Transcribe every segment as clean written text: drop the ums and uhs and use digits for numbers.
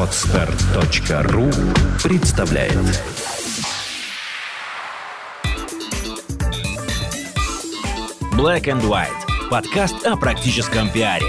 Podster.ru представляет. Black and White. Подкаст о практическом пиаре.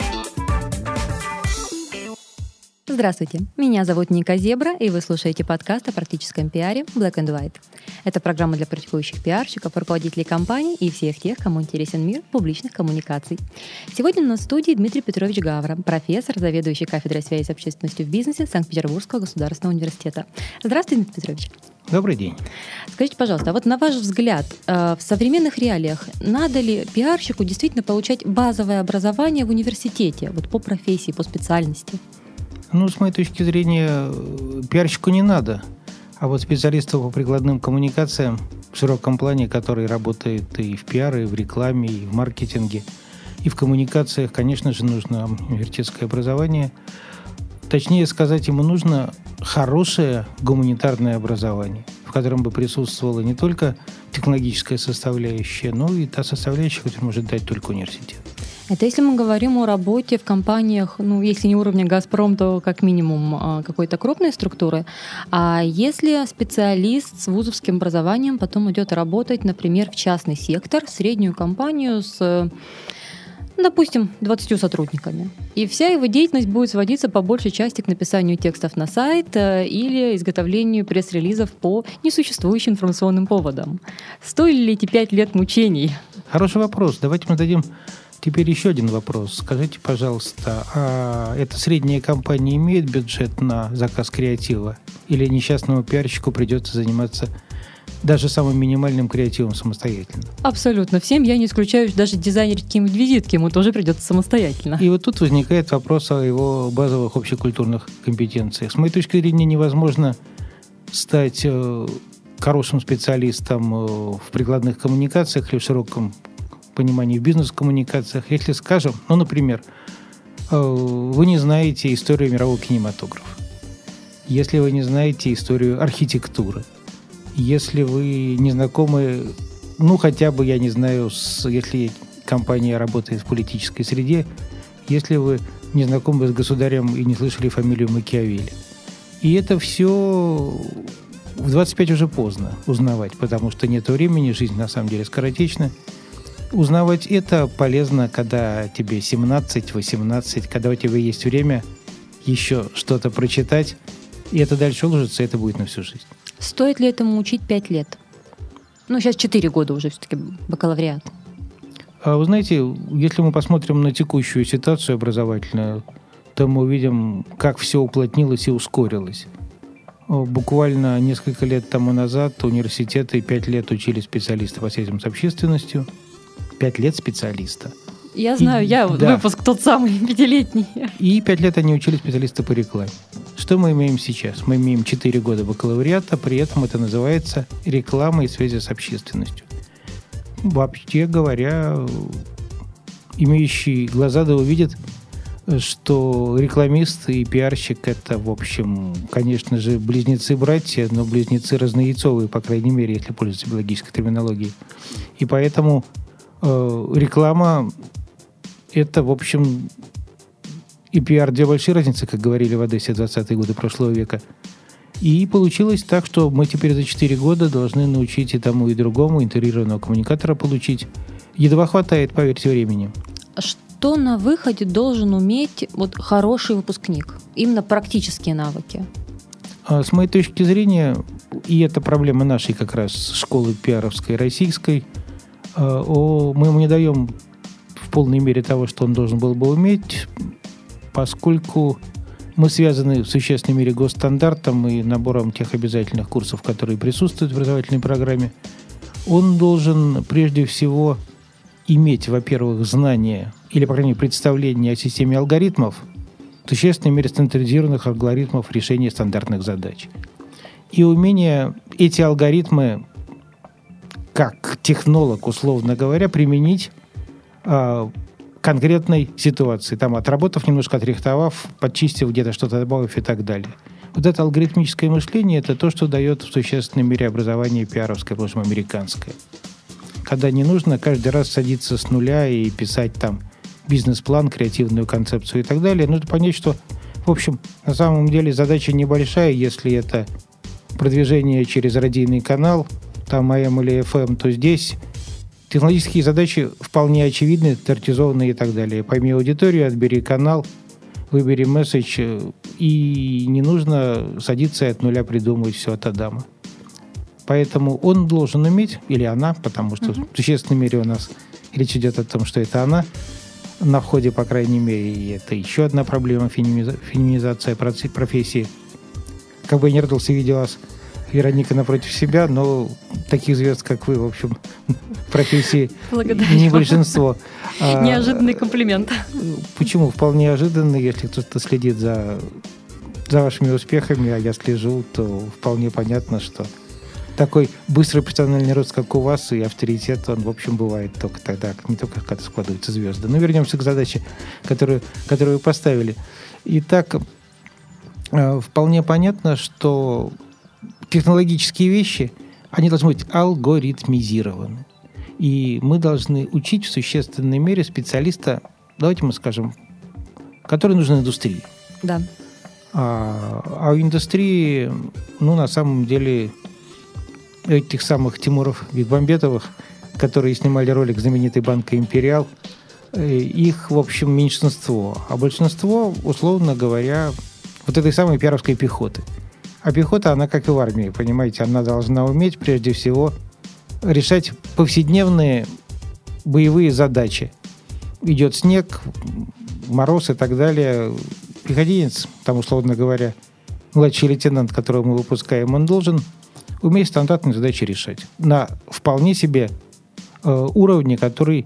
Здравствуйте, меня зовут Ника Зебра, и вы слушаете подкаст о практическом пиаре Black and White. Это программа для практикующих пиарщиков, руководителей компаний и всех тех, кому интересен мир публичных коммуникаций. Сегодня у нас в студии Дмитрий Петрович Гавра, профессор, заведующий кафедрой связи с общественностью в бизнесе Санкт-Петербургского государственного университета. Здравствуйте, Дмитрий Петрович. Добрый день. Скажите, пожалуйста, а вот на ваш взгляд, в современных реалиях надо ли пиарщику действительно получать базовое образование в университете, вот по профессии, по специальности? С моей точки зрения, пиарщику не надо. А вот специалисту по прикладным коммуникациям в широком плане, который работает и в пиаре, и в рекламе, и в маркетинге, и в коммуникациях, конечно же, нужно университетское образование. Точнее сказать, ему нужно хорошее гуманитарное образование, в котором бы присутствовала не только технологическая составляющая, но и та составляющая, которую может дать только университет. Это если мы говорим о работе в компаниях, если не уровня «Газпром», то как минимум какой-то крупной структуры. А если специалист с вузовским образованием потом идет работать, например, в частный сектор, среднюю компанию с, допустим, 20 сотрудниками. И вся его деятельность будет сводиться по большей части к написанию текстов на сайт или изготовлению пресс-релизов по несуществующим информационным поводам. Стоили ли эти 5 лет мучений? Хороший вопрос. Давайте мы дадим теперь еще один вопрос. Скажите, пожалуйста, а эта средняя компания имеет бюджет на заказ креатива? Или несчастному пиарщику придется заниматься даже самым минимальным креативом самостоятельно? Абсолютно. Всем я не исключаю, даже дизайнерить какие-нибудь визитки ему тоже придется самостоятельно. И вот тут возникает вопрос о его базовых общекультурных компетенциях. С моей точки зрения, невозможно стать хорошим специалистом в прикладных коммуникациях или в широком понимании в бизнес-коммуникациях, если скажем, например, вы не знаете историю мирового кинематографа, если вы не знаете историю архитектуры, если вы не знакомы, хотя бы, я не знаю, если компания работает в политической среде, если вы не знакомы с государем и не слышали фамилию Макиавелли. И это все в 25 уже поздно узнавать, потому что нет времени, жизнь на самом деле скоротечна. Узнавать это полезно, когда тебе 17-18, когда у тебя есть время еще что-то прочитать, и это дальше уложится, это будет на всю жизнь. Стоит ли этому учить 5 лет? Сейчас 4 года уже все-таки бакалавриат. Вы знаете, если мы посмотрим на текущую ситуацию образовательную, то мы увидим, как все уплотнилось и ускорилось. Буквально несколько лет тому назад университеты 5 лет учили специалисты по связям с общественностью. 5 лет специалиста. Я знаю, выпуск тот самый, 5-летний. И 5 лет они учили специалиста по рекламе. Что мы имеем сейчас? Мы имеем 4 года бакалавриата, при этом это называется реклама и связи с общественностью. Вообще говоря, имеющий глаза да увидит, что рекламист и пиарщик – это, в общем, конечно же, близнецы-братья, но близнецы разнояйцовые, по крайней мере, если пользоваться биологической терминологией. И поэтому реклама – это, в общем, и пиар – две большие разницы, как говорили в Одессе в 20-е годы прошлого века. И получилось так, что мы теперь за 4 года должны научить и тому, и другому, интегрированного коммуникатора получить. Едва хватает, поверьте, времени. Что на выходе должен уметь хороший выпускник? Именно практические навыки. С моей точки зрения, и это проблема нашей как раз школы пиаровской российской, мы ему не даем в полной мере того, что он должен был бы уметь, поскольку мы связаны в существенной мере госстандартом и набором тех обязательных курсов, которые присутствуют в образовательной программе. Он должен прежде всего иметь, во-первых, знания или, по крайней мере, представление о системе алгоритмов, в существенной мере стандартизированных алгоритмов решения стандартных задач. И умение эти алгоритмы, как технолог, условно говоря, применить конкретной ситуации, отработав немножко, отрихтовав, подчистив где-то что-то, добавив и так далее. Вот это алгоритмическое мышление – это то, что дает в существенной мере образование пиаровское, впрочем, американское. Когда не нужно каждый раз садиться с нуля и писать бизнес-план, креативную концепцию и так далее, нужно понять, что В общем, на самом деле задача небольшая, если это продвижение через радийный канал, там AM или FM, то здесь технологические задачи вполне очевидны, стандартизованные и так далее. Пойми аудиторию, отбери канал, выбери месседж, и не нужно садиться и от нуля придумывать все от Адама. Поэтому он должен уметь, или она, потому что в существенной мере у нас речь идет о том, что это она, на входе, по крайней мере, и это еще одна проблема феминизация профессии. Как бы я не радовался, видел вас, Вероника, напротив себя, но таких звезд, как вы, в общем, в профессии не большинство. Неожиданный комплимент. Почему? Вполне неожиданный, если кто-то следит за вашими успехами, а я слежу, то вполне понятно, что такой быстрый профессиональный рост, как у вас, и авторитет, он, в общем, бывает только тогда, не только когда складываются звезды. Но вернемся к задаче, которую вы поставили. Итак, вполне понятно, что технологические вещи, они должны быть алгоритмизированы. И мы должны учить в существенной мере специалиста, давайте мы скажем, который нужен индустрии. Да. А у индустрии, на самом деле, этих самых Тимуров Бекмамбетовых, которые снимали ролик «Знаменитый банк «Империал», их, в общем, меньшинство. А большинство, условно говоря, вот этой самой пиаровской пехоты. А пехота, она как и в армии, понимаете, она должна уметь, прежде всего, решать повседневные боевые задачи. Идет снег, мороз и так далее. Пехотинец, там, условно говоря, младший лейтенант, которого мы выпускаем, он должен уметь стандартные задачи решать на вполне себе уровне, который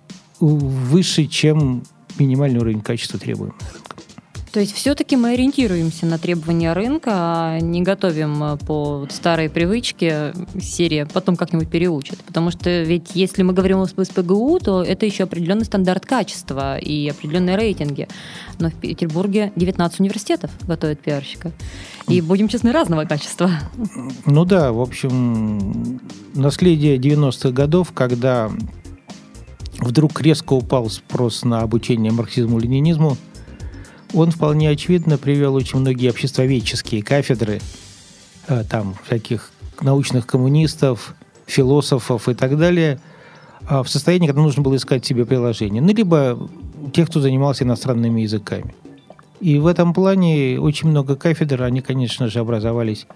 выше, чем минимальный уровень качества требуемого рынка. То есть все-таки мы ориентируемся на требования рынка, а не готовим по старой привычке серии, потом как-нибудь переучат. Потому что ведь если мы говорим о СПГУ, то это еще определенный стандарт качества и определенные рейтинги. Но в Петербурге 19 университетов готовят пиарщика. И, будем честны, разного качества. Ну да, в общем, наследие 90-х годов, когда вдруг резко упал спрос на обучение марксизму-ленинизму, он вполне очевидно привел очень многие обществоведческие кафедры, там, всяких научных коммунистов, философов и так далее, в состоянии, когда нужно было искать себе приложение. Ну, либо тех, кто занимался иностранными языками. И в этом плане очень много кафедр, они, конечно же, образовались,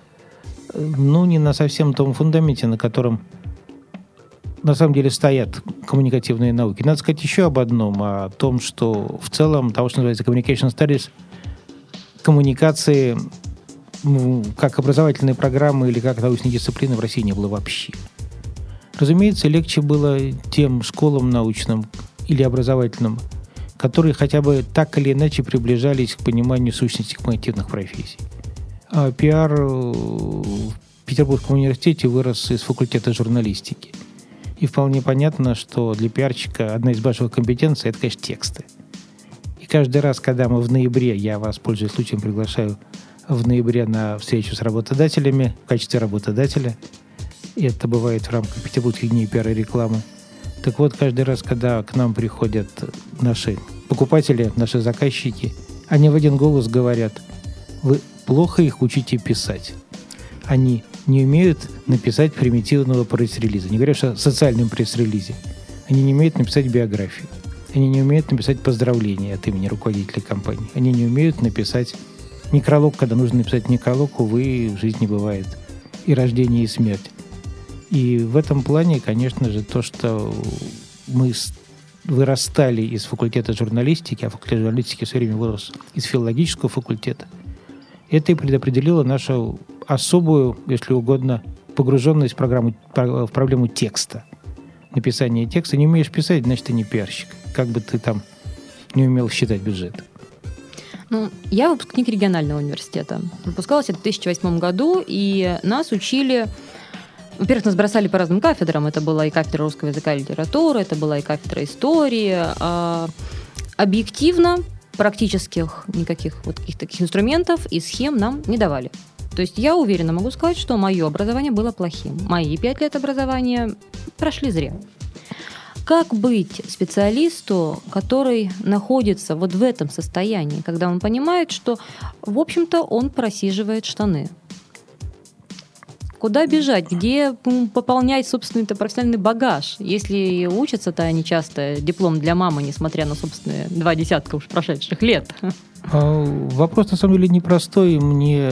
не на совсем том фундаменте, на котором на самом деле стоят коммуникативные науки. Надо сказать еще об одном, о том, что в целом того, что называется communication studies, коммуникации как образовательные программы или как научные дисциплины в России не было вообще. Разумеется, легче было тем школам научным или образовательным, которые хотя бы так или иначе приближались к пониманию сущности коммуникативных профессий. А пиар в Петербургском университете вырос из факультета журналистики. И вполне понятно, что для пиарщика одна из базовых компетенций – это, конечно, тексты. И каждый раз, когда мы в ноябре, я вас, пользуясь случаем, приглашаю в ноябре на встречу с работодателями в качестве работодателя, и это бывает в рамках Петербургских дней пиара и рекламы. Так вот, каждый раз, когда к нам приходят наши покупатели, наши заказчики, они в один голос говорят: вы плохо их учите писать. Они не умеют написать примитивного пресс-релиза. Не говоря о социальном пресс-релизе. Они не умеют написать биографию. Они не умеют написать поздравления от имени руководителя компании. Они не умеют написать некролог, когда нужно написать некролог, увы, в жизни бывает и рождение, и смерть. И в этом плане, конечно же, то, что мы вырастали из факультета журналистики, а факультет журналистики все время вырос из филологического факультета, это и предопределило нашу особую, если угодно, погруженность в проблему текста. Написание текста. Не умеешь писать, значит, ты не пиарщик. Как бы ты там не умел считать бюджет. Я выпускник регионального университета. Выпускалась я в 2008 году, и нас учили... Во-первых, нас бросали по разным кафедрам. Это была и кафедра русского языка и литературы, это была и кафедра истории. Объективно практических никаких каких-то таких инструментов и схем нам не давали. То есть я уверенно могу сказать, что мое образование было плохим. Мои 5 лет образования прошли зря. как быть специалисту, который находится вот в этом состоянии, когда он понимает, что, в общем-то, он просиживает штаны? Куда бежать? Где пополнять собственный профессиональный багаж? Если учатся-то они часто, диплом для мамы, несмотря на собственные 20 уж прошедших лет. Вопрос, на самом деле, непростой. Мне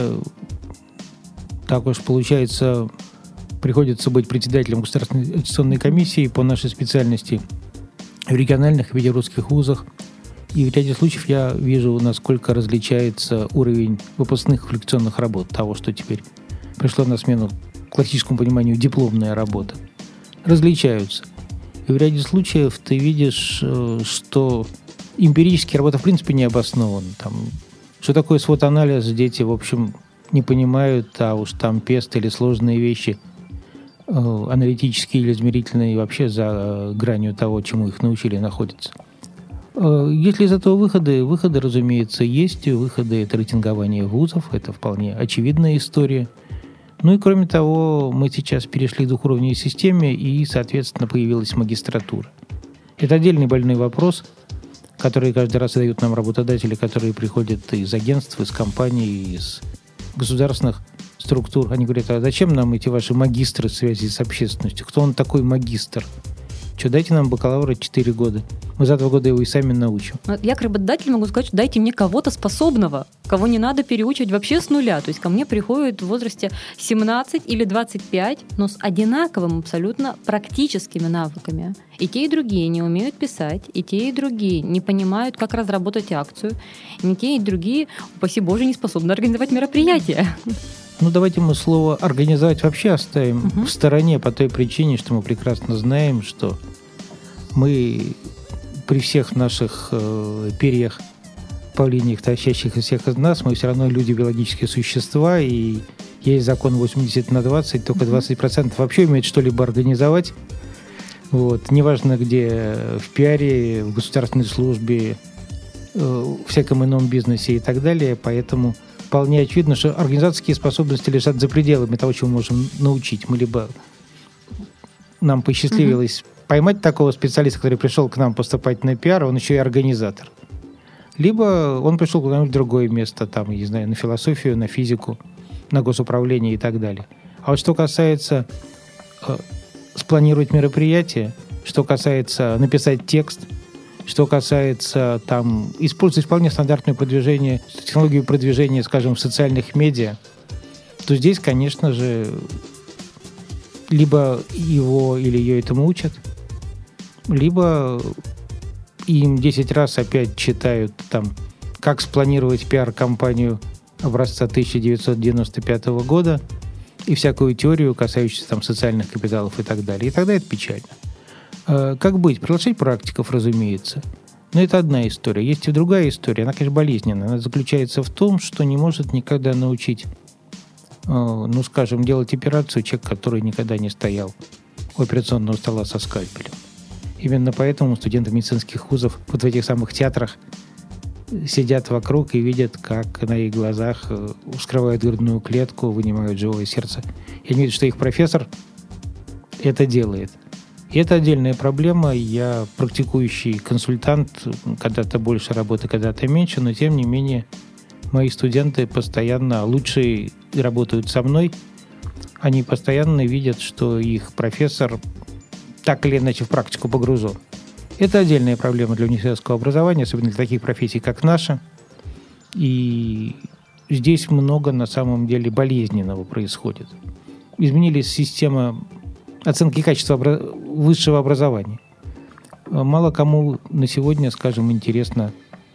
так уж получается, приходится быть председателем Государственной аттестационной комиссии по нашей специальности в региональных и русских вузах. И в ряде случаев я вижу, насколько различается уровень выпускных квалификационных работ, того, что теперь пришло на смену классическому пониманию дипломная работа. Различаются. И в ряде случаев ты видишь, что эмпирически работа в принципе не обоснована. Что такое свод-анализ, дети, в общем, не понимают, а уж там ПЕСТ или сложные вещи аналитические или измерительные вообще за гранью того, чему их научили, находятся. Есть ли из этого выходы? Выходы, разумеется, есть. Выходы – это рейтингование вузов, это вполне очевидная история. Ну и кроме того, мы сейчас перешли к двухуровневой системе, и, соответственно, появилась магистратура. Это отдельный больной вопрос, который каждый раз задают нам работодатели, которые приходят из агентств, из компаний, из государственных структур. Они говорят: а зачем нам эти ваши магистры связи с общественностью? Кто он такой магистр? Что, дайте нам бакалавра 4 года. Мы за 2 года его и сами научим. Я как работодатель могу сказать, что дайте мне кого-то способного, кого не надо переучивать вообще с нуля. То есть ко мне приходят в возрасте 17 или 25, но с одинаковыми абсолютно практическими навыками. И те, и другие не умеют писать, и те, и другие не понимают, как разработать акцию, и те, и другие, упаси Боже, не способны организовать мероприятия. Ну, давайте мы слово «организовать» вообще оставим в стороне по той причине, что мы прекрасно знаем, что мы при всех наших перьях, павлиньих, торчащих из всех из нас, мы все равно люди, биологические существа, и есть закон 80/20, только 20% вообще умеют что-либо организовать. Вот. Неважно где, в пиаре, в государственной службе, в всяком ином бизнесе и так далее, поэтому вполне очевидно, что организаторские способности лежат за пределами того, чего мы можем научить. Мы либо нам посчастливилось поймать такого специалиста, который пришел к нам поступать на пиар, он еще и организатор. Либо он пришел куда-нибудь в другое место, там, я не знаю, на философию, на физику, на госуправление и так далее. А вот что касается спланировать мероприятие, что касается написать текст, что касается там использовать вполне стандартное продвижение, технологию продвижения, скажем, в социальных медиа, то здесь, конечно же, либо его или ее этому учат, либо им 10 раз опять читают там, как спланировать пиар-компанию образца 1995 года и всякую теорию, касающуюся там социальных капиталов и так далее. И тогда это печально. Как быть? Приглашать практиков, разумеется. Но это одна история. Есть и другая история. Она, конечно, болезненная. Она заключается в том, что не может никогда научить, ну, скажем, делать операцию человек, который никогда не стоял у операционного стола со скальпелем. Именно поэтому студенты медицинских вузов вот в этих самых театрах сидят вокруг и видят, как на их глазах вскрывают грудную клетку, вынимают живое сердце. И они видят, что их профессор это делает. И это отдельная проблема. Я практикующий консультант, когда-то больше работы, когда-то меньше, но тем не менее мои студенты постоянно, лучшие работают со мной, они постоянно видят, что их профессор так или иначе в практику погружен. Это отдельная проблема для университетского образования, особенно для таких профессий, как наша. И здесь много на самом деле болезненного происходит. Изменились система оценки качества высшего образования. Мало кому на сегодня, скажем, интересно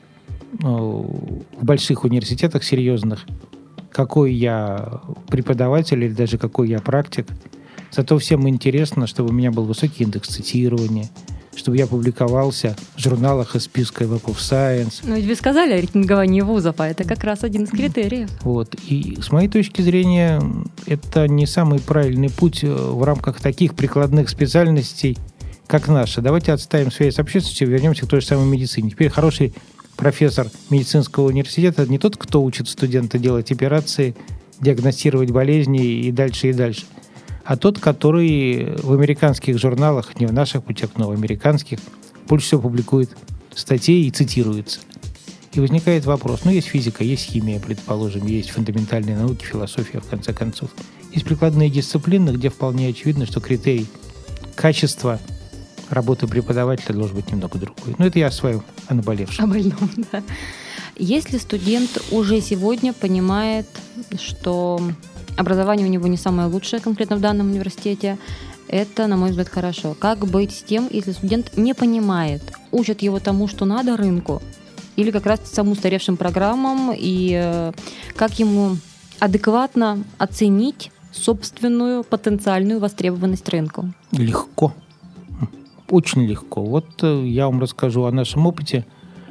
в больших университетах серьезных, какой я преподаватель или даже какой я практик. Зато всем интересно, чтобы у меня был высокий индекс цитирования, чтобы я публиковался в журналах из списка Web of Science. Ну, ведь вы сказали о рейтинговании вузов, а это как раз один из критериев. Вот. И с моей точки зрения, это не самый правильный путь в рамках таких прикладных специальностей, как наша. Давайте отставим связь с общественностью и вернемся к той же самой медицине. Теперь хороший профессор медицинского университета не тот, кто учит студента делать операции, диагностировать болезни и дальше, и дальше. а тот, который в американских журналах, не в наших путях, но в американских, больше всего публикует статей и цитируется. И возникает вопрос, есть физика, есть химия, предположим, есть фундаментальные науки, философия, в конце концов. Есть прикладные дисциплины, где вполне очевидно, что критерий качества работы преподавателя должен быть немного другой. Это я о своем, о наболевшем. О больном, да. Если студент уже сегодня понимает, что образование у него не самое лучшее конкретно в данном университете, это, на мой взгляд, хорошо. Как быть с тем, если студент не понимает, учат его тому, что надо, рынку, или как раз самым устаревшим программам, и как ему адекватно оценить собственную потенциальную востребованность рынку? Легко. Очень легко. Я вам расскажу о нашем опыте.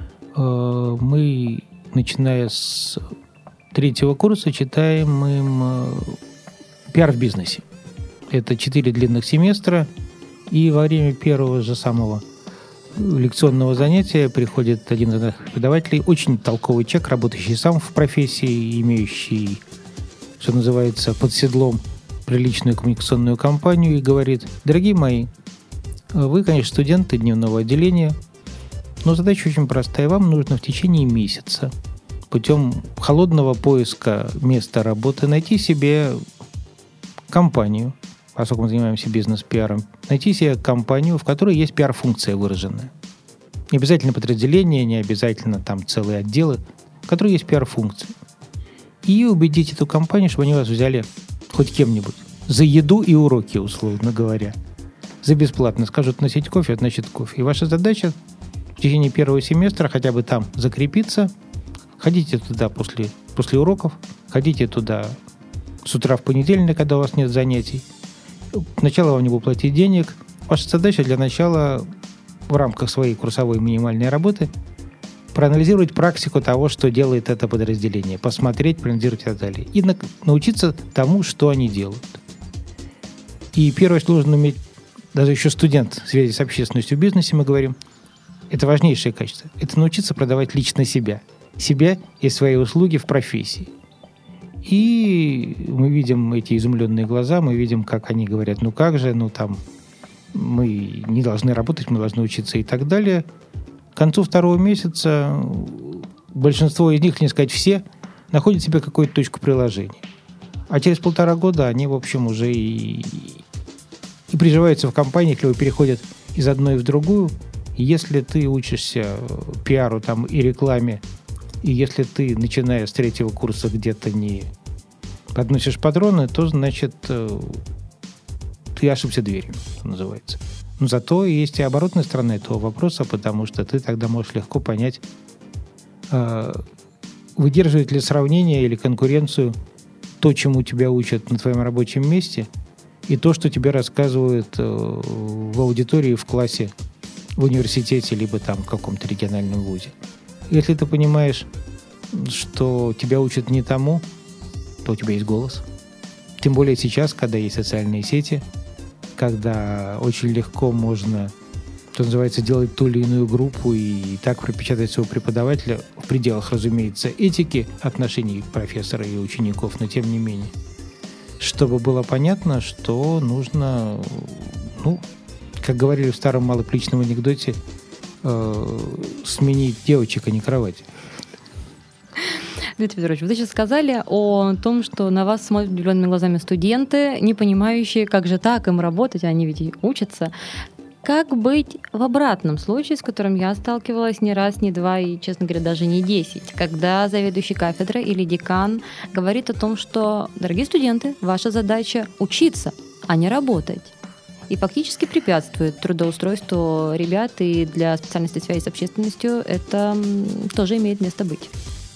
Мы, начиная с 3-го курса, читаем им пиар в бизнесе. Это 4 длинных семестра, и во время первого же самого лекционного занятия приходит один из наших преподавателей, очень толковый человек, работающий сам в профессии, имеющий, что называется, под седлом приличную коммуникационную компанию, и говорит: дорогие мои, вы, конечно, студенты дневного отделения, но задача очень простая. Вам нужно в течение месяца путем холодного поиска места работы найти себе компанию, поскольку мы занимаемся бизнес-пиаром, найти себе компанию, в которой есть пиар-функция выраженная. Не обязательно подразделение, не обязательно там целые отделы, в которой есть пиар-функция. И убедить эту компанию, чтобы они вас взяли хоть кем-нибудь. За еду и уроки, условно говоря. За бесплатно. Скажут носить кофе, значит кофе. И ваша задача в течение первого семестра хотя бы там закрепиться. Ходите туда после уроков, ходите туда с утра в понедельник, когда у вас нет занятий. Сначала вам не будут платить денег. Ваша задача для начала в рамках своей курсовой минимальной работы проанализировать практику того, что делает это подразделение, посмотреть, проанализировать и так далее. И научиться тому, что они делают. И первое, что должен уметь даже еще студент в связи с общественностью в бизнесе, мы говорим, это важнейшее качество. Это научиться продавать лично себя. Себя и свои услуги в профессии. И мы видим эти изумленные глаза, мы видим, как они говорят, как же, мы не должны работать, мы должны учиться и так далее. К концу 2-го месяца большинство из них, не сказать все, находят себе какую-то точку приложения. А через 1,5 года они, в общем, уже и приживаются в компаниях, либо переходят из одной в другую. И если ты учишься пиару и рекламе, и если ты, начиная с 3-го курса, где-то не подносишь патроны, то, значит, ты ошибся дверью, что называется. Но зато есть и оборотная сторона этого вопроса, потому что ты тогда можешь легко понять, выдерживает ли сравнение или конкуренцию то, чему тебя учат на твоем рабочем месте, и то, что тебе рассказывают в аудитории, в классе, в университете, либо в каком-то региональном вузе. Если ты понимаешь, что тебя учат не тому, то у тебя есть голос. Тем более сейчас, когда есть социальные сети, когда очень легко можно, что называется, делать ту или иную группу и так пропечатать своего преподавателя в пределах, разумеется, этики отношений профессора и учеников, но тем не менее, чтобы было понятно, что нужно, как говорили в старом малоприличном анекдоте, сменить девочек, а не кровать. Дмитрий Петрович, вы сейчас сказали о том, что на вас смотрят удивленными глазами студенты, не понимающие, как же так им работать, они ведь и учатся. Как быть в обратном случае, с которым я сталкивалась не раз, не два и, честно говоря, даже не 10, когда заведующий кафедрой или декан говорит о том, что, дорогие студенты, ваша задача учиться, а не работать. И фактически препятствует трудоустройству ребят, и для специальности связи с общественностью это тоже имеет место быть.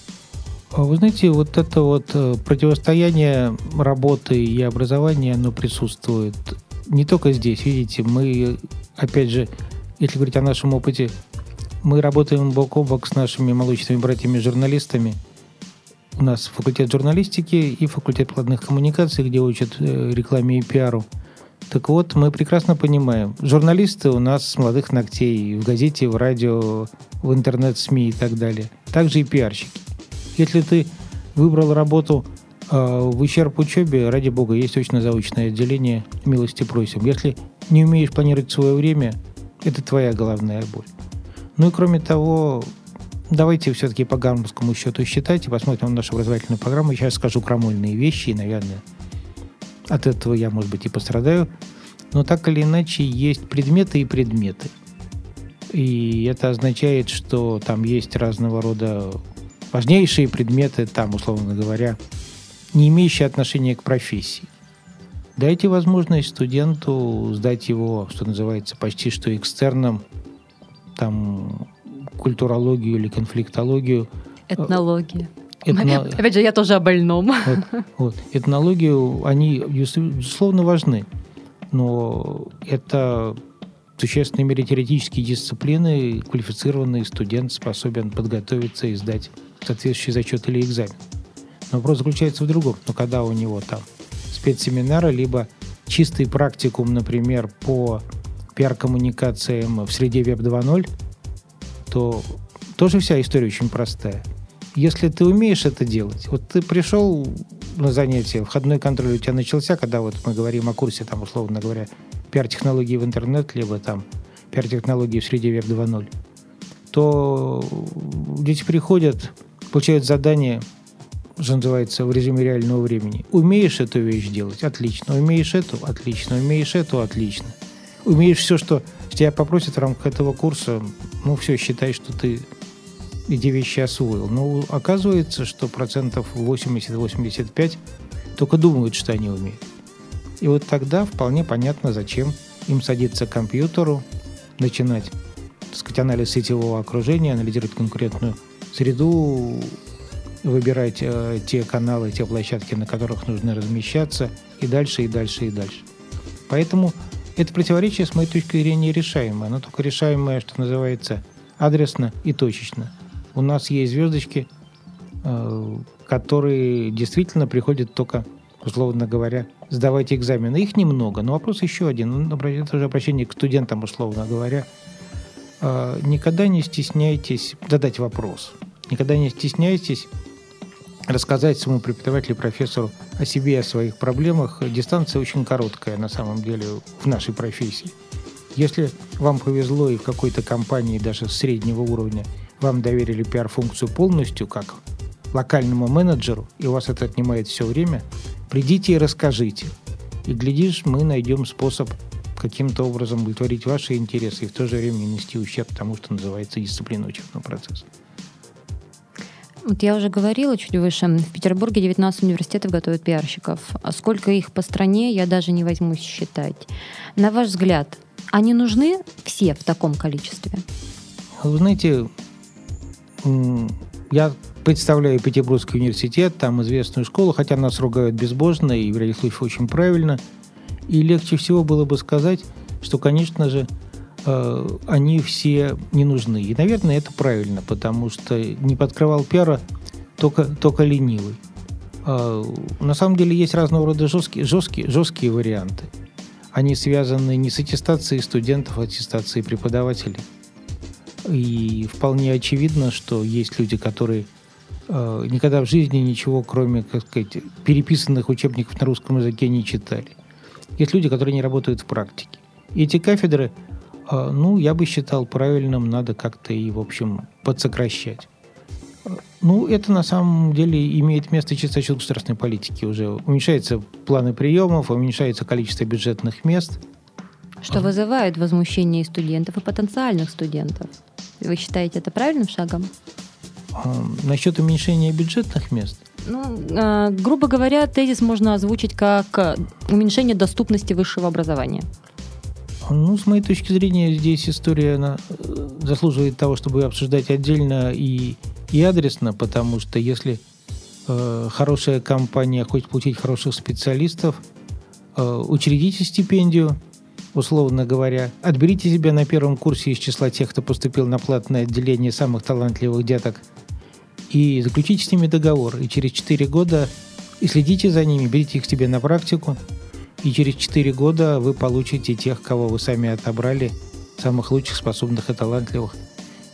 Вы знаете, это противостояние работы и образования, оно присутствует не только здесь. Видите, мы, опять же, если говорить о нашем опыте, мы работаем бок о бок с нашими молодечными братьями-журналистами. У нас факультет журналистики и факультет прикладных коммуникаций, где учат рекламе и пиару. Так вот, мы прекрасно понимаем, журналисты у нас с молодых ногтей в газете, в радио, в интернет-СМИ и так далее. Также и пиарщики. Если ты выбрал работу В ущерб учебе, ради бога, есть очно-заочное отделение, милости просим. Если не умеешь планировать свое время, это твоя головная боль. Ну и кроме того, давайте все-таки по гарвардскому счету считать и посмотрим нашу образовательную программу. Я сейчас скажу крамольные вещи, и, наверное, от этого я, может быть, и пострадаю. Но так или иначе есть предметы и предметы. И это означает, что там есть разного рода важнейшие предметы, там, условно говоря, не имеющие отношения к профессии. Дайте возможность студенту сдать его, что называется, почти что экстерном, там, культурологию или конфликтологию. Этнология. Опять же, я тоже о больном. Вот. Этнологию, они, безусловно, важны, но это в существенной мере теоретические дисциплины, квалифицированный студент способен подготовиться и сдать соответствующий зачет или экзамен. Но вопрос заключается в другом. Но когда у него там спецсеминары, либо чистый практикум, например, по пиар-коммуникациям в среде Web 2.0, то тоже вся история очень простая. Если ты умеешь это делать, вот ты пришел на занятие, входной контроль у тебя начался, когда вот мы говорим о курсе, там, условно говоря, пиар-технологии в интернет, либо там пиар-технологии в среде Web 2.0, то дети приходят, получают задание, что называется, в режиме реального времени. Умеешь эту вещь делать? Отлично. Умеешь эту? Отлично. Умеешь эту? Отлично. Умеешь все, что тебя попросят в рамках этого курса, ну, все, считай, что ты эти вещи освоил. Но оказывается, что 80-85% только думают, что они умеют. И вот тогда вполне понятно, зачем им садиться к компьютеру, начинать, так сказать, анализ сетевого окружения, анализировать конкурентную среду, выбирать те каналы, те площадки, на которых нужно размещаться, и дальше, и дальше, и дальше. Поэтому это противоречие, с моей точки зрения, решаемое. Оно только решаемое, что называется, адресно и точечно. У нас есть звездочки, которые действительно приходят только, условно говоря, сдавать экзамены. Их немного, но вопрос еще один. Это уже обращение к студентам, условно говоря. Никогда не стесняйтесь задать вопрос. Никогда не стесняйтесь рассказать своему преподавателю, профессору о себе и о своих проблемах. Дистанция очень короткая, на самом деле, в нашей профессии. Если вам повезло и в какой-то компании, даже среднего уровня, вам доверили пиар-функцию полностью, как локальному менеджеру, и у вас это отнимает все время, придите и расскажите. И, глядишь, мы найдем способ каким-то образом удовлетворить ваши интересы и в то же время не нести ущерб тому, что называется дисциплина учебного процесса. Вот я уже говорила чуть выше, в Петербурге 19 университетов готовят пиарщиков. А сколько их по стране, я даже не возьмусь считать. На ваш взгляд, они нужны все в таком количестве? Вы знаете, я представляю Петербургский университет, там известную школу, хотя нас ругают безбожно и в ряде случаев очень правильно. И легче всего было бы сказать, что, конечно же, они все не нужны. И, наверное, это правильно, потому что не подкрывал пиара только ленивый. На самом деле есть разного рода жесткие варианты. Они связаны не с аттестацией студентов, а аттестацией преподавателей. И вполне очевидно, что есть люди, которые никогда в жизни ничего, кроме, как сказать, переписанных учебников на русском языке не читали. Есть люди, которые не работают в практике. И эти кафедры, я бы считал правильным, надо как-то и, в общем, подсокращать. Это на самом деле имеет место чисто за счет государственной политики. Уже уменьшаются планы приемов, уменьшается количество бюджетных мест. Что вызывает возмущение и студентов, и потенциальных студентов. Вы считаете это правильным шагом? Насчет уменьшения бюджетных мест? Грубо говоря, тезис можно озвучить как уменьшение доступности высшего образования. С моей точки зрения, здесь история заслуживает того, чтобы ее обсуждать отдельно и адресно, потому что если хорошая компания хочет получить хороших специалистов, учредите стипендию, условно говоря, отберите себя на первом курсе из числа тех, кто поступил на платное отделение самых талантливых деток, и заключите с ними договор. И через 4 года и следите за ними, берите их к себе на практику, и через 4 года вы получите тех, кого вы сами отобрали, самых лучших, способных и талантливых.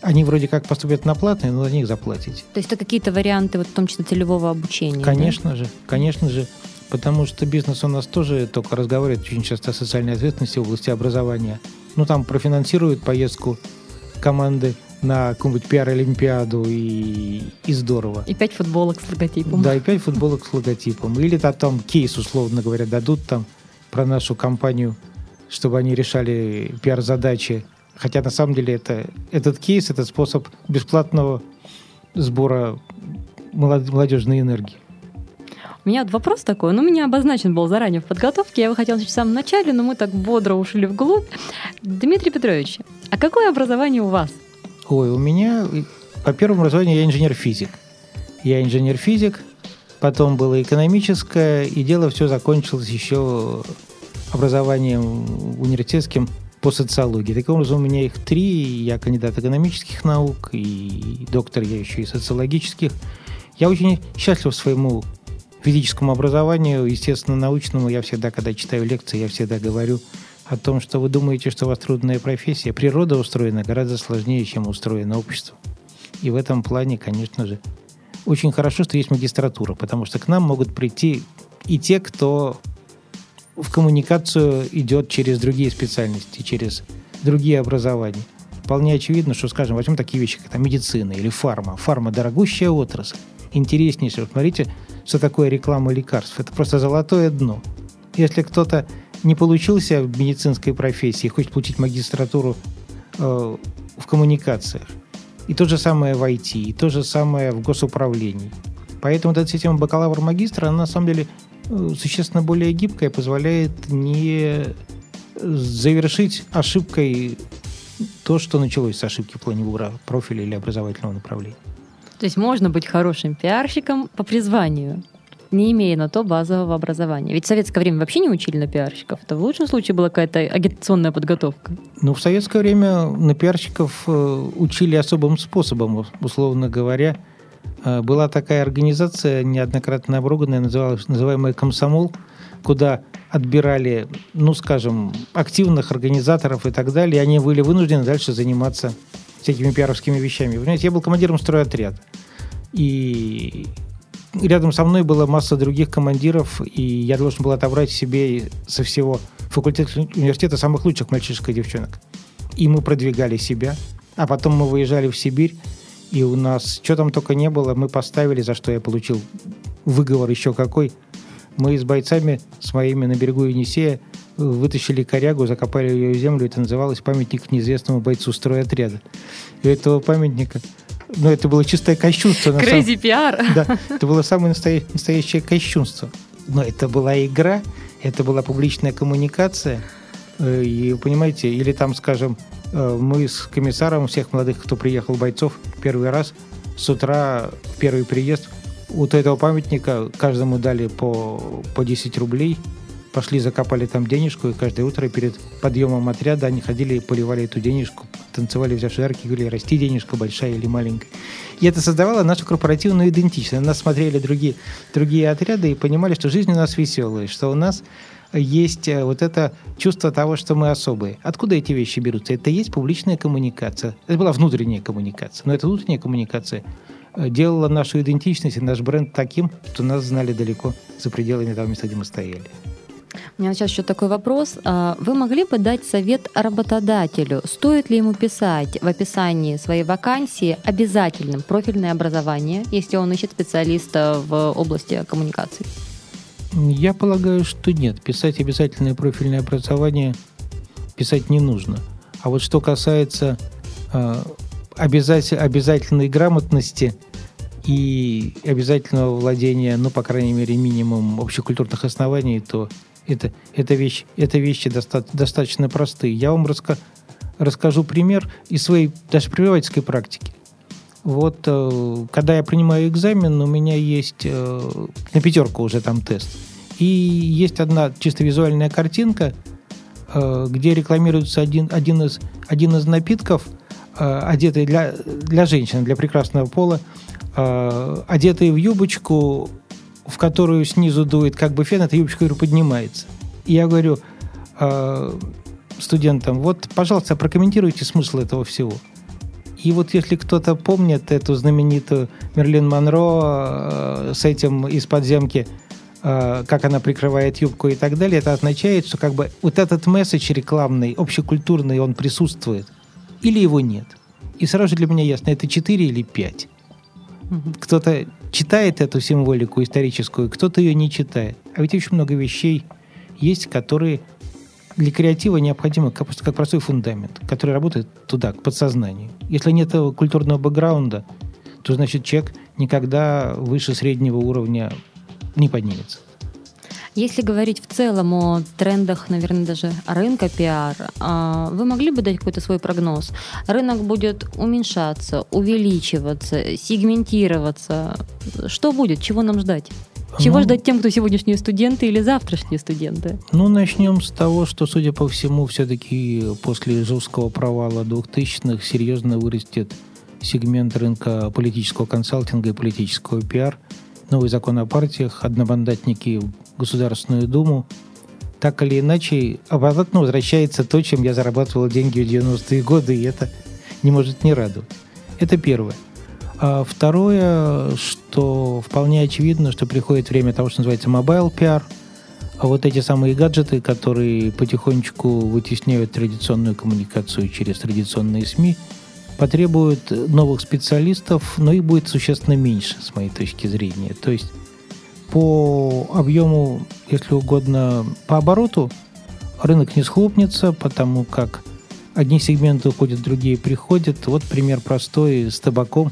они вроде как поступят на платные, но за них заплатите. То есть это какие-то варианты, вот, в том числе целевого обучения? Конечно же, потому что бизнес у нас тоже только разговаривает очень часто о социальной ответственности в области образования. Ну, там профинансируют поездку команды на какую-нибудь пиар-олимпиаду, и здорово. И 5 футболок с логотипом. Да, и 5 футболок с логотипом. Или там кейс, условно говоря, дадут там про нашу компанию, чтобы они решали пиар-задачи. Хотя на самом деле этот кейс – это способ бесплатного сбора молодежной энергии. У меня вот вопрос такой, у меня обозначен был заранее в подготовке, я его хотела начать в самом начале, но мы так бодро ушли вглубь. Дмитрий Петрович, а какое образование у вас? Ой, у меня по первому образованию я инженер-физик. Потом было экономическое, и дело все закончилось еще образованием университетским по социологии. Таким образом, у меня их 3. Я кандидат экономических наук, и доктор я еще и социологических. Я очень счастлив своему физическому образованию, естественно, научному. Я всегда, когда читаю лекции, я всегда говорю о том, что вы думаете, что у вас трудная профессия. Природа устроена гораздо сложнее, чем устроено общество. И в этом плане, конечно же, очень хорошо, что есть магистратура, потому что к нам могут прийти и те, кто в коммуникацию идет через другие специальности, через другие образования. Вполне очевидно, что, скажем, возьмем такие вещи, как медицина или фарма. Фарма – дорогущая отрасль, интереснейшая. Смотрите, что такое реклама лекарств. Это просто золотое дно. Если кто-то не получился в медицинской профессии, хочет получить магистратуру в коммуникациях, и то же самое в IT, и то же самое в госуправлении. Поэтому эта система бакалавр-магистра, она на самом деле существенно более гибкая, позволяет не завершить ошибкой то, что началось с ошибки в плане выбора профиля или образовательного направления. То есть можно быть хорошим пиарщиком по призванию, не имея на то базового образования. Ведь в советское время вообще не учили на пиарщиков. Это в лучшем случае была какая-то агитационная подготовка. Ну, в советское время на пиарщиков учили особым способом, условно говоря. Была такая организация, неоднократно обруганная, называемая «Комсомол», куда отбирали, ну, скажем, активных организаторов и так далее, и они были вынуждены дальше заниматься всякими пиаровскими вещами. Вы понимаете, я был командиром стройотряда, и рядом со мной была масса других командиров, и я должен был отобрать себе со всего факультета университета самых лучших мальчишек и девчонок. И мы продвигали себя, а потом мы выезжали в Сибирь, и у нас, что там только не было, мы поставили, за что я получил выговор еще какой. Мы с бойцами, с моими на берегу Енисея, вытащили корягу, закопали ее в землю. Это называлось памятник неизвестному бойцу стройотряда. И у этого памятника, ну, это было чистое кощунство. Crazy PR. Да, это было самое настоящее кощунство. Но это была игра, это была публичная коммуникация. И, понимаете, или там, скажем, мы с комиссаром всех молодых, кто приехал, бойцов, первый раз с утра, в первый приезд, вот этого памятника каждому дали по 10 рублей, пошли, закопали там денежку, и каждое утро перед подъемом отряда они ходили и поливали эту денежку, танцевали, взявши за руки, говорили, расти денежка, большая или маленькая. И это создавало нашу корпоративную идентичность. На нас смотрели другие отряды и понимали, что жизнь у нас веселая, что у нас есть вот это чувство того, что мы особые. Откуда эти вещи берутся? Это и есть публичная коммуникация. Это была внутренняя коммуникация. Но эта внутренняя коммуникация делала нашу идентичность и наш бренд таким, что нас знали далеко за пределами того места, где мы стояли. У меня сейчас еще такой вопрос. Вы могли бы дать совет работодателю? Стоит ли ему писать в описании своей вакансии обязательным профильное образование, если он ищет специалиста в области коммуникаций? Я полагаю, что нет. Писать обязательное профильное образование писать не нужно. А вот что касается обязательной грамотности и обязательного владения, ну, по крайней мере, минимум общекультурных оснований, то это вещи достаточно простые. Я вам расскажу пример из своей даже преподавательской практики. Вот когда я принимаю экзамен, у меня есть на 5 уже там тест. И есть одна чисто визуальная картинка, где рекламируется один из напитков, одетый для женщин, для прекрасного пола, одетый в юбочку, в которую снизу дует как бы фен, эта юбочка, говорю, поднимается. И я говорю студентам, вот, пожалуйста, прокомментируйте смысл этого всего. И вот если кто-то помнит эту знаменитую Мерлин Монро с этим из подземки, как она прикрывает юбку и так далее, это означает, что как бы вот этот месседж рекламный, общекультурный, он присутствует. Или его нет. И сразу же для меня ясно, это 4 или 5. Кто-то читает эту символику историческую, кто-то ее не читает. А ведь очень много вещей есть, которые для креатива необходимы как простой фундамент, который работает туда, к подсознанию. Если нет культурного бэкграунда, то, значит, человек никогда выше среднего уровня не поднимется. Если говорить в целом о трендах, наверное, даже рынка пиар, вы могли бы дать какой-то свой прогноз? Рынок будет уменьшаться, увеличиваться, сегментироваться. Что будет? Чего нам ждать? Чего ждать тем, кто сегодняшние студенты или завтрашние студенты? Начнем с того, что, судя по всему, все-таки после жесткого провала 2000-х серьезно вырастет сегмент рынка политического консалтинга и политического пиар. Новый закон о партиях, одномандатники в Государственную Думу. Так или иначе, обратно возвращается то, чем я зарабатывал деньги в 90-е годы, и это не может не радовать. Это первое. А второе, что вполне очевидно, что приходит время того, что называется mobile PR, а вот эти самые гаджеты, которые потихонечку вытесняют традиционную коммуникацию через традиционные СМИ, потребуют новых специалистов, но их будет существенно меньше, с моей точки зрения. То есть по объему, если угодно, по обороту рынок не схлопнется, потому как одни сегменты уходят, другие приходят. Вот пример простой с табаком.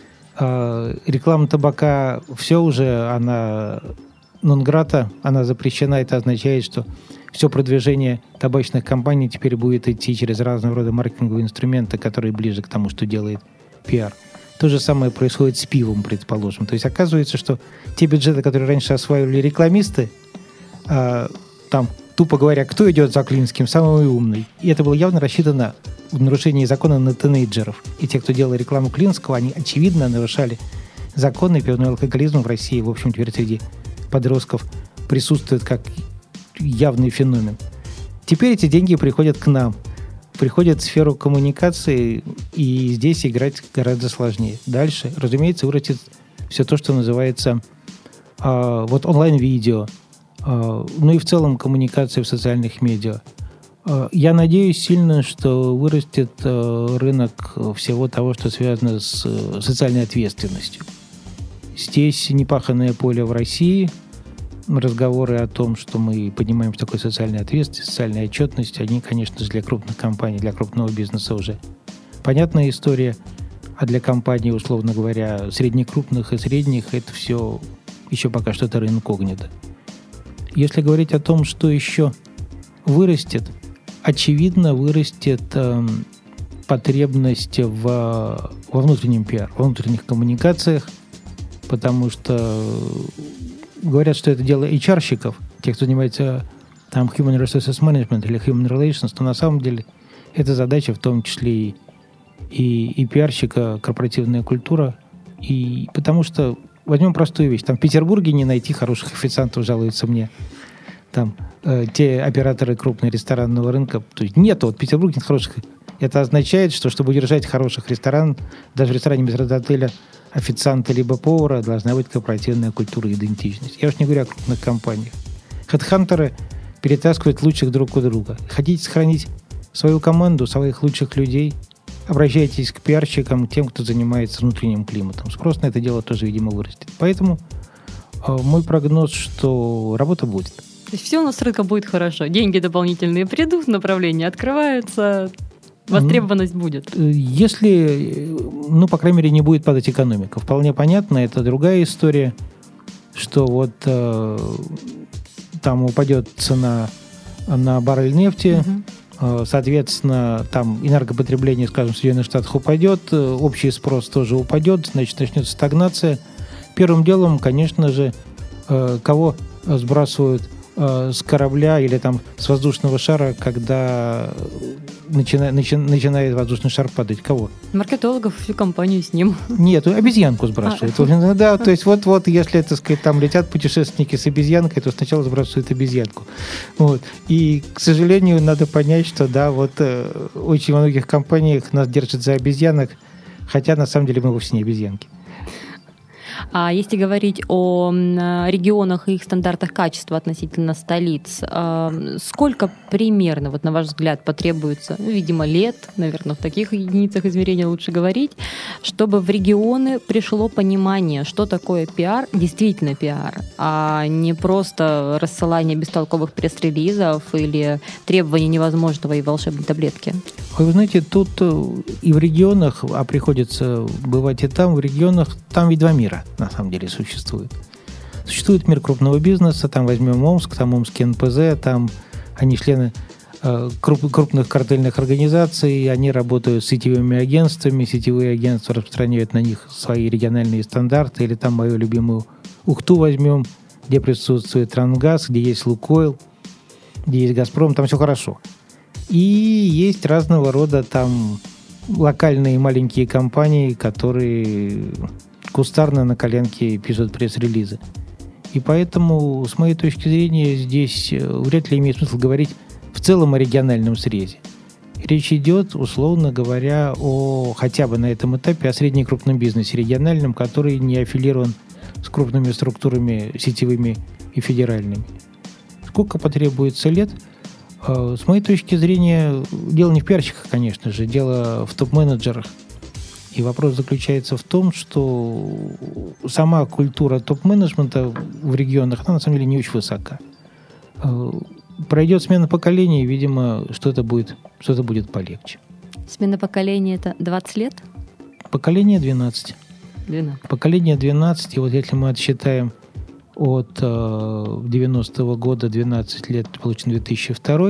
Реклама табака все уже, она нон-грата, она запрещена. Это означает, что все продвижение табачных компаний теперь будет идти через разного рода маркетинговые инструменты, которые ближе к тому, что делает пиар. То же самое происходит с пивом, предположим. То есть оказывается, что те бюджеты, которые раньше осваивали рекламисты, там, тупо говоря, кто идет за Клинским, самый умный. И это было явно рассчитано в нарушении закона на тинейджеров. И те, кто делал рекламу Клинского, они очевидно нарушали законы. Пивной алкоголизм в России, в общем, теперь среди подростков присутствует как явный феномен. Теперь эти деньги приходят к нам, приходят в сферу коммуникации, и здесь играть гораздо сложнее. Дальше, разумеется, вырастет все то, что называется вот онлайн-видео, ну и в целом коммуникация в социальных медиа. Я надеюсь сильно, что вырастет рынок всего того, что связано с социальной ответственностью. Здесь непаханное поле в России. Разговоры о том, что мы понимаем, что такое социальная ответственность, социальная отчетность, они, конечно же, для крупных компаний, для крупного бизнеса уже понятная история, а для компаний, условно говоря, среднекрупных и средних, это все еще пока что-то инкогнито. Если говорить о том, что еще вырастет, очевидно, вырастет потребность во внутреннем пиар, во внутренних коммуникациях, потому что говорят, что это дело HR-щиков, тех, кто занимается там Human Resources Management или Human Relations, то на самом деле это задача в том числе и пиарщика, корпоративная культура. И потому что возьмем простую вещь. Там в Петербурге не найти хороших официантов, жалуются мне. Там те операторы крупного ресторанного рынка. То есть нет, вот в Петербурге нет хороших. Это означает, что чтобы удержать хороших ресторанов, даже в ресторане без отеля официанта либо повара должна быть корпоративная культура и идентичность. Я уж не говорю о крупных компаниях. Хедхантеры перетаскивают лучших друг у друга. Хотите сохранить свою команду, своих лучших людей, обращайтесь к пиарщикам, тем, кто занимается внутренним климатом. Спрос на это дело тоже, видимо, вырастет. Поэтому мой прогноз, что работа будет. То есть все у нас с рынком будет хорошо. Деньги дополнительные придут, направления открываются, востребованность будет. Если, по крайней мере, не будет падать экономика. Вполне понятно, это другая история, что вот там упадет цена на баррель нефти, соответственно, там энергопотребление, скажем, в Соединенных Штатах упадет, общий спрос тоже упадет, значит, начнется стагнация. Первым делом, конечно же, кого сбрасывают с корабля или там с воздушного шара, когда начинает воздушный шар падать? Кого? Маркетологов, всю компанию с ним. Нет, обезьянку сбрасывают. Да, то есть вот если, так сказать, там летят путешественники с обезьянкой, то сначала сбрасывают обезьянку. Вот. И, к сожалению, надо понять, что да, вот очень во многих компаниях нас держат за обезьянок, Хотя, на самом деле, мы вовсе не обезьянки. А если говорить о регионах и их стандартах качества относительно столиц, сколько примерно, вот на ваш взгляд, потребуется, видимо, лет, наверное, в таких единицах измерения лучше говорить, чтобы в регионы пришло понимание, что такое пиар, действительно пиар, а не просто рассылание бестолковых пресс-релизов или требование невозможного и волшебной таблетки? Вы знаете, тут и в регионах, а приходится бывать и там, в регионах, там ведь два мира, на самом деле, существует. Существует мир крупного бизнеса, там возьмем Омск, там Омский НПЗ, там они члены крупных картельных организаций, они работают с сетевыми агентствами, сетевые агентства распространяют на них свои региональные стандарты, или там мою любимую Ухту возьмем, где присутствует Трансгаз, где есть Лукойл, где есть Газпром, там все хорошо. И есть разного рода там локальные маленькие компании, которые кустарно на коленке пишут пресс-релизы. И поэтому, с моей точки зрения, здесь вряд ли имеет смысл говорить в целом о региональном срезе. Речь идет, условно говоря, хотя бы на этом этапе о средне-крупном бизнесе региональном, который не аффилирован с крупными структурами сетевыми и федеральными. Сколько потребуется лет? С моей точки зрения, дело не в пиарщиках, конечно же, дело в топ-менеджерах. И вопрос заключается в том, что сама культура топ-менеджмента в регионах, она на самом деле не очень высока. Пройдет смена поколений, и, видимо, что-то будет полегче. Смена поколения – это 20 лет? Поколение 12. 12. Поколение 12, и вот если мы отсчитаем от 90-го года 12 лет, получен 2002.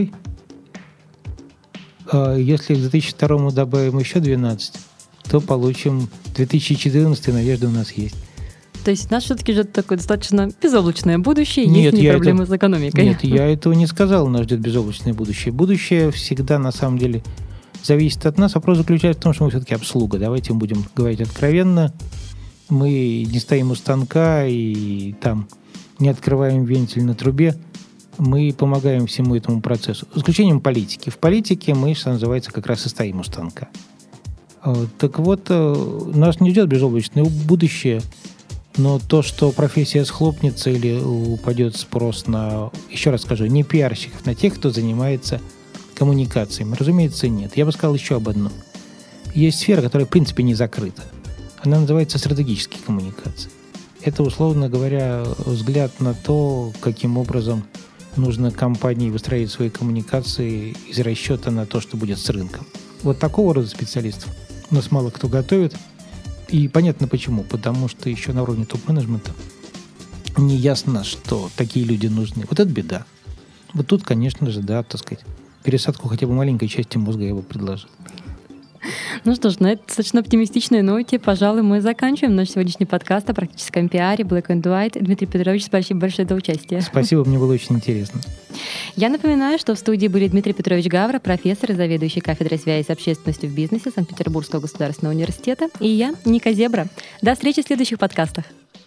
Если к 2002 добавим еще 12, то получим 2014, надежда у нас есть. То есть у нас все-таки ждет такое достаточно безоблачное будущее, есть ли проблемы с экономикой? Нет, я этого не сказал, нас ждет безоблачное будущее. Будущее всегда, на самом деле, зависит от нас. Вопрос заключается в том, что мы все-таки обслуга. Давайте мы будем говорить откровенно. Мы не стоим у станка и там не открываем вентиль на трубе. Мы помогаем всему этому процессу. За исключением политики. В политике мы, что называется, как раз и стоим у станка. Так вот, нас не ждет безоблачное будущее, но то, что профессия схлопнется или упадет спрос на, еще раз скажу, не пиарщиков, на тех, кто занимается коммуникациями, разумеется, нет. Я бы сказал еще об одном. Есть сфера, которая, в принципе, не закрыта. Она называется стратегические коммуникации. Это, условно говоря, взгляд на то, каким образом нужно компании выстраивать свои коммуникации из расчета на то, что будет с рынком. Вот такого рода специалистов у нас мало кто готовит. И понятно почему. Потому что еще на уровне топ-менеджмента не ясно, что такие люди нужны. Вот это беда. Вот тут, конечно же, да, так сказать, пересадку хотя бы маленькой части мозга я бы предложил. Ну что ж, на этой достаточно оптимистичной ноте, пожалуй, мы заканчиваем наш сегодняшний подкаст о практическом пиаре Black and White. Дмитрий Петрович, спасибо большое за участие. Спасибо, мне было очень интересно. Я напоминаю, что в студии были Дмитрий Петрович Гавра, профессор и заведующий кафедрой связи с общественностью в бизнесе Санкт-Петербургского государственного университета, и я, Ника Зебра. До встречи в следующих подкастах.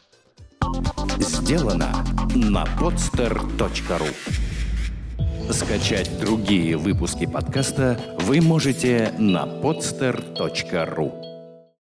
Сделано на podster.ru. Скачать другие выпуски подкаста вы можете на podster.ru.